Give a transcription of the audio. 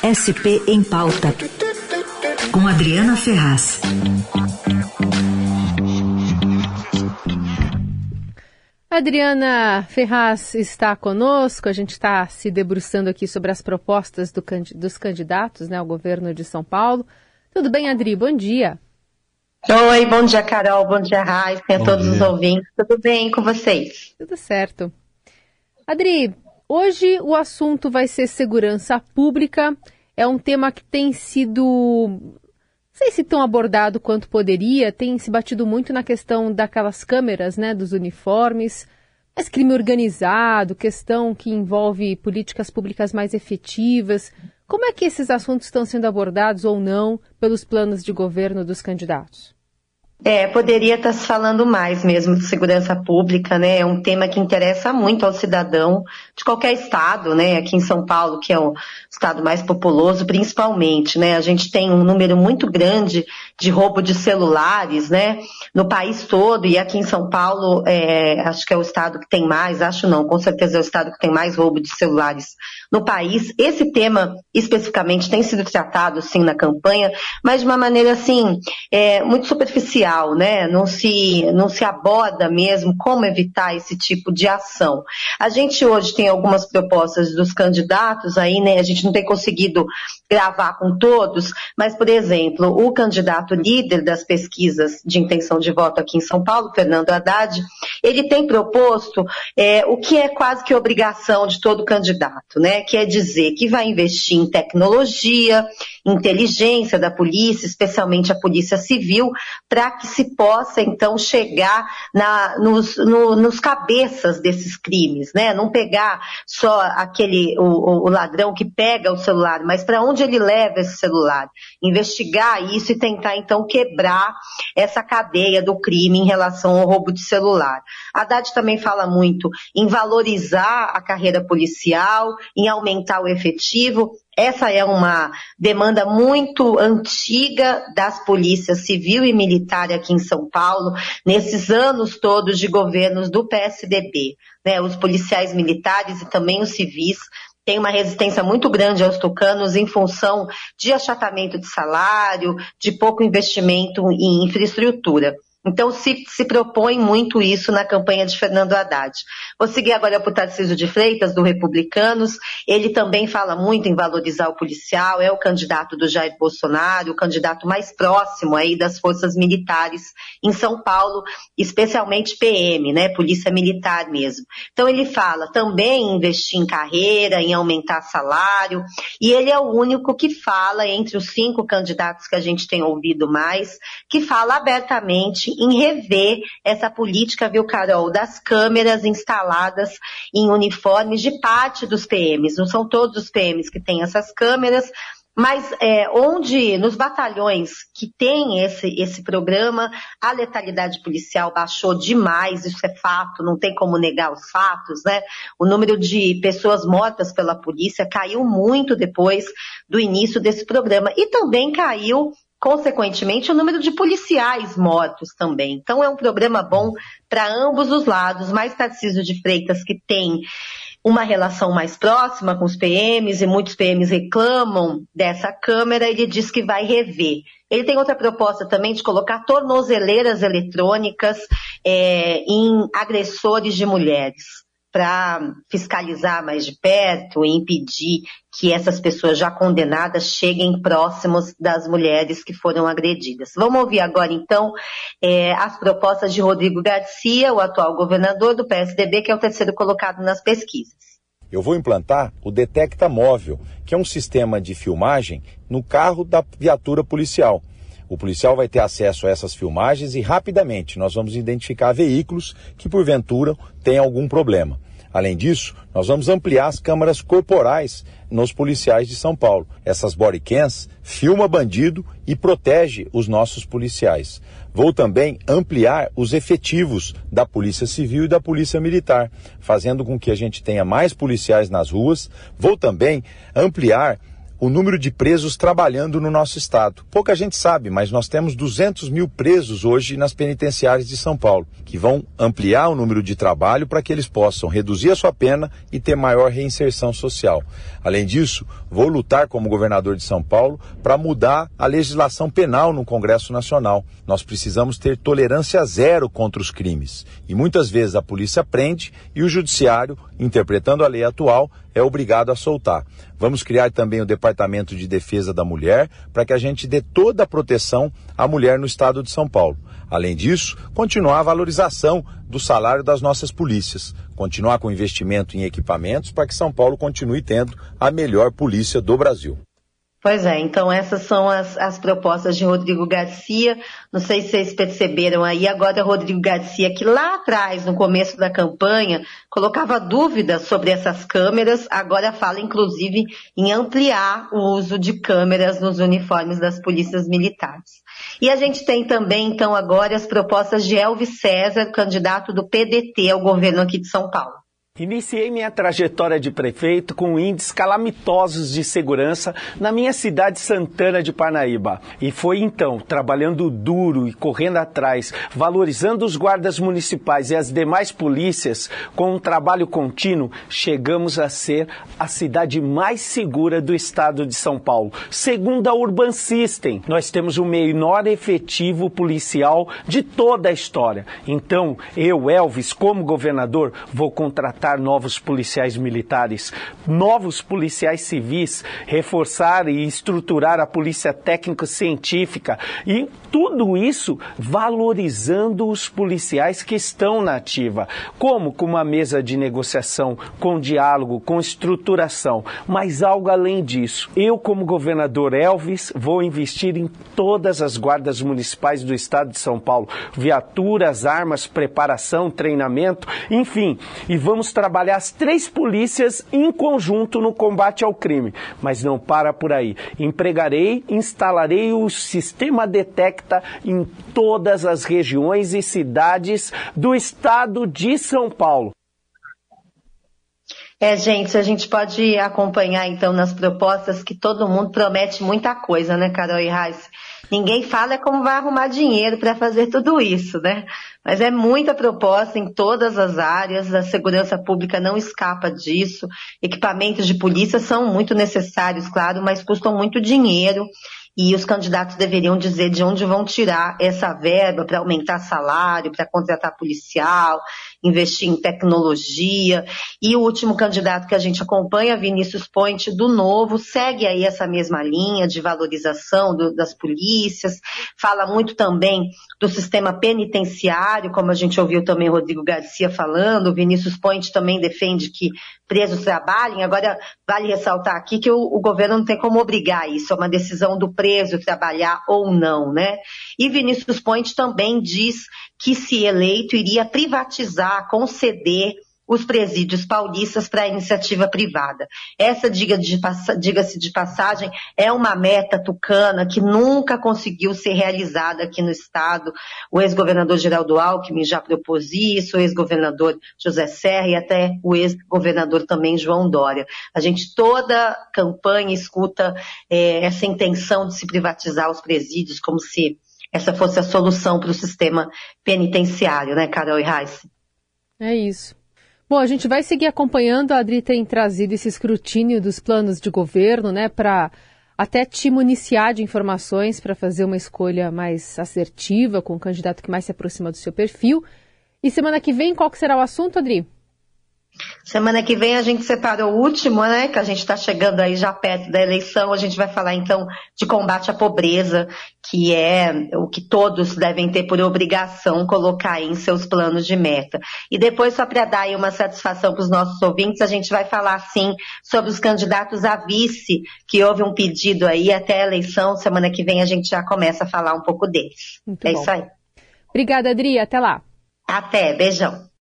SP em Pauta, com Adriana Ferraz. Adriana Ferraz está conosco, a gente está se debruçando aqui sobre as propostas dos candidatos, ao governo de São Paulo. Tudo bem, Adri? Bom dia. Oi, bom dia, Carol, bom dia, Raíssa, a todos os ouvintes. Tudo bem com vocês? Tudo certo. Adri, hoje o assunto vai ser segurança pública. É um tema que tem sido, não sei se tão abordado quanto poderia, tem se batido muito na questão daquelas câmeras, dos uniformes, mas crime organizado, questão que envolve políticas públicas mais efetivas. Como é que esses assuntos estão sendo abordados ou não pelos planos de governo dos candidatos? Poderia estar se falando mais mesmo de segurança pública, É um tema que interessa muito ao cidadão de qualquer estado, Aqui em São Paulo, que é o estado mais populoso, principalmente, A gente tem um número muito grande de roubo de celulares, No país todo, e aqui em São Paulo, acho que é o estado que tem mais, com certeza é o estado que tem mais roubo de celulares no país. Esse tema, especificamente, tem sido tratado, sim, na campanha, mas de uma maneira, assim, muito superficial, Não se aborda mesmo como evitar esse tipo de ação. A gente hoje tem algumas propostas dos candidatos aí, A gente não tem conseguido gravar com todos, mas, por exemplo, o candidato líder das pesquisas de intenção de voto aqui em São Paulo, Fernando Haddad, ele tem proposto o que é quase que obrigação de todo candidato, Que é dizer que vai investir em tecnologia, inteligência da polícia, especialmente a polícia civil, para que se possa, então, chegar nos cabeças desses crimes, Não pegar só o ladrão que pega o celular, mas para onde ele leva esse celular. Investigar isso e tentar, então, quebrar essa cadeia do crime em relação ao roubo de celular. Haddad também fala muito em valorizar a carreira policial, em aumentar o efetivo. Essa é uma demanda muito antiga das polícias civil e militar aqui em São Paulo, nesses anos todos de governos do PSDB. Os policiais militares e também os civis têm uma resistência muito grande aos tucanos em função de achatamento de salário, de pouco investimento em infraestrutura. Então, se propõe muito isso na campanha de Fernando Haddad. Vou seguir agora para o Tarcísio de Freitas, do Republicanos. Ele também fala muito em valorizar o policial, é o candidato do Jair Bolsonaro, o candidato mais próximo aí das forças militares em São Paulo, especialmente PM, Polícia Militar mesmo. Então, ele fala também em investir em carreira, em aumentar salário, e ele é o único que fala, entre os 5 candidatos que a gente tem ouvido mais, que fala abertamente em rever essa política, viu, Carol, das câmeras instaladas em uniformes de parte dos PMs. Não são todos os PMs que têm essas câmeras, mas onde nos batalhões que tem esse programa, a letalidade policial baixou demais, isso é fato, não tem como negar os fatos, O número de pessoas mortas pela polícia caiu muito depois do início desse programa e também caiu, consequentemente, o número de policiais mortos também. Então, é um programa bom para ambos os lados, mas Tarcísio de Freitas, que tem uma relação mais próxima com os PMs, e muitos PMs reclamam dessa câmera, ele diz que vai rever. Ele tem outra proposta também de colocar tornozeleiras eletrônicas em agressores de mulheres, para fiscalizar mais de perto e impedir que essas pessoas já condenadas cheguem próximos das mulheres que foram agredidas. Vamos ouvir agora, então, as propostas de Rodrigo Garcia, o atual governador do PSDB, que é o terceiro colocado nas pesquisas. Eu vou implantar o Detecta Móvel, que é um sistema de filmagem no carro da viatura policial. O policial vai ter acesso a essas filmagens e rapidamente nós vamos identificar veículos que porventura têm algum problema. Além disso, nós vamos ampliar as câmeras corporais nos policiais de São Paulo. Essas bodycams filmam bandido e protege os nossos policiais. Vou também ampliar os efetivos da Polícia Civil e da Polícia Militar, fazendo com que a gente tenha mais policiais nas ruas. Vou também ampliar o número de presos trabalhando no nosso estado. Pouca gente sabe, mas nós temos 200 mil presos hoje nas penitenciárias de São Paulo, que vão ampliar o número de trabalho para que eles possam reduzir a sua pena e ter maior reinserção social. Além disso, vou lutar como governador de São Paulo para mudar a legislação penal no Congresso Nacional. Nós precisamos ter tolerância zero contra os crimes. E muitas vezes a polícia prende e o judiciário, interpretando a lei atual, é obrigado a soltar. Vamos criar também o Departamento de Defesa da Mulher para que a gente dê toda a proteção à mulher no estado de São Paulo. Além disso, continuar a valorização do salário das nossas polícias. Continuar com investimento em equipamentos para que São Paulo continue tendo a melhor polícia do Brasil. Pois é, então essas são as propostas de Rodrigo Garcia. Não sei se vocês perceberam aí, agora Rodrigo Garcia, que lá atrás, no começo da campanha, colocava dúvidas sobre essas câmeras, agora fala inclusive em ampliar o uso de câmeras nos uniformes das polícias militares. E a gente tem também, então, agora as propostas de Elvis César, candidato do PDT ao governo aqui de São Paulo. Iniciei minha trajetória de prefeito com índices calamitosos de segurança na minha cidade Santana de Parnaíba. E foi então, trabalhando duro e correndo atrás, valorizando os guardas municipais e as demais polícias, com um trabalho contínuo, chegamos a ser a cidade mais segura do estado de São Paulo. Segundo a Urban System, nós temos o menor efetivo policial de toda a história. Então, eu, Elvis, como governador, vou contratar novos policiais militares, novos policiais civis, reforçar e estruturar a polícia técnico-científica e tudo isso valorizando os policiais que estão na ativa. Como? Com uma mesa de negociação, com diálogo, com estruturação. Mas algo além disso. Eu, como governador Elvis, vou investir em todas as guardas municipais do estado de São Paulo. Viaturas, armas, preparação, treinamento, enfim. E vamos trabalhar as 3 polícias em conjunto no combate ao crime. Mas não para por aí. Instalarei o sistema Detecta em todas as regiões e cidades do estado de São Paulo. Gente, a gente pode acompanhar então nas propostas que todo mundo promete muita coisa, né, Carol e Raíssa? Ninguém fala como vai arrumar dinheiro para fazer tudo isso, né? Mas é muita proposta em todas as áreas, a segurança pública não escapa disso, equipamentos de polícia são muito necessários, claro, mas custam muito dinheiro. E os candidatos deveriam dizer de onde vão tirar essa verba para aumentar salário, para contratar policial, investir em tecnologia. E o último candidato que a gente acompanha, Vinícius Poit, do Novo, segue aí essa mesma linha de valorização das polícias, fala muito também do sistema penitenciário, como a gente ouviu também o Rodrigo Garcia falando. O Vinícius Poit também defende que presos trabalhem. Agora, vale ressaltar aqui que o governo não tem como obrigar isso, é uma decisão do preso trabalhar ou não, né? E Vinícius Poit também diz que, se eleito, iria privatizar, conceder os presídios paulistas para a iniciativa privada. Essa, diga-se de passagem, é uma meta tucana que nunca conseguiu ser realizada aqui no estado. O ex-governador Geraldo Alckmin já propôs isso, o ex-governador José Serra e até o ex-governador também João Dória. A gente toda campanha escuta essa intenção de se privatizar os presídios como se essa fosse a solução para o sistema penitenciário, né, Carol e Raíssa? É isso. Bom, a gente vai seguir acompanhando. A Adri tem trazido esse escrutínio dos planos de governo, né, para até te municiar de informações para fazer uma escolha mais assertiva com o candidato que mais se aproxima do seu perfil. E semana que vem, qual que será o assunto, Adri? Semana que vem a gente separa o último, né, que a gente está chegando aí já perto da eleição. A gente vai falar então de combate à pobreza, que é o que todos devem ter por obrigação colocar em seus planos de meta. E depois, só para dar aí uma satisfação para os nossos ouvintes, a gente vai falar sim sobre os candidatos a vice, que houve um pedido aí até a eleição. Semana que vem a gente já começa a falar um pouco deles. Muito bom. Isso aí. Obrigada, Adri. Até lá. Até. Beijão.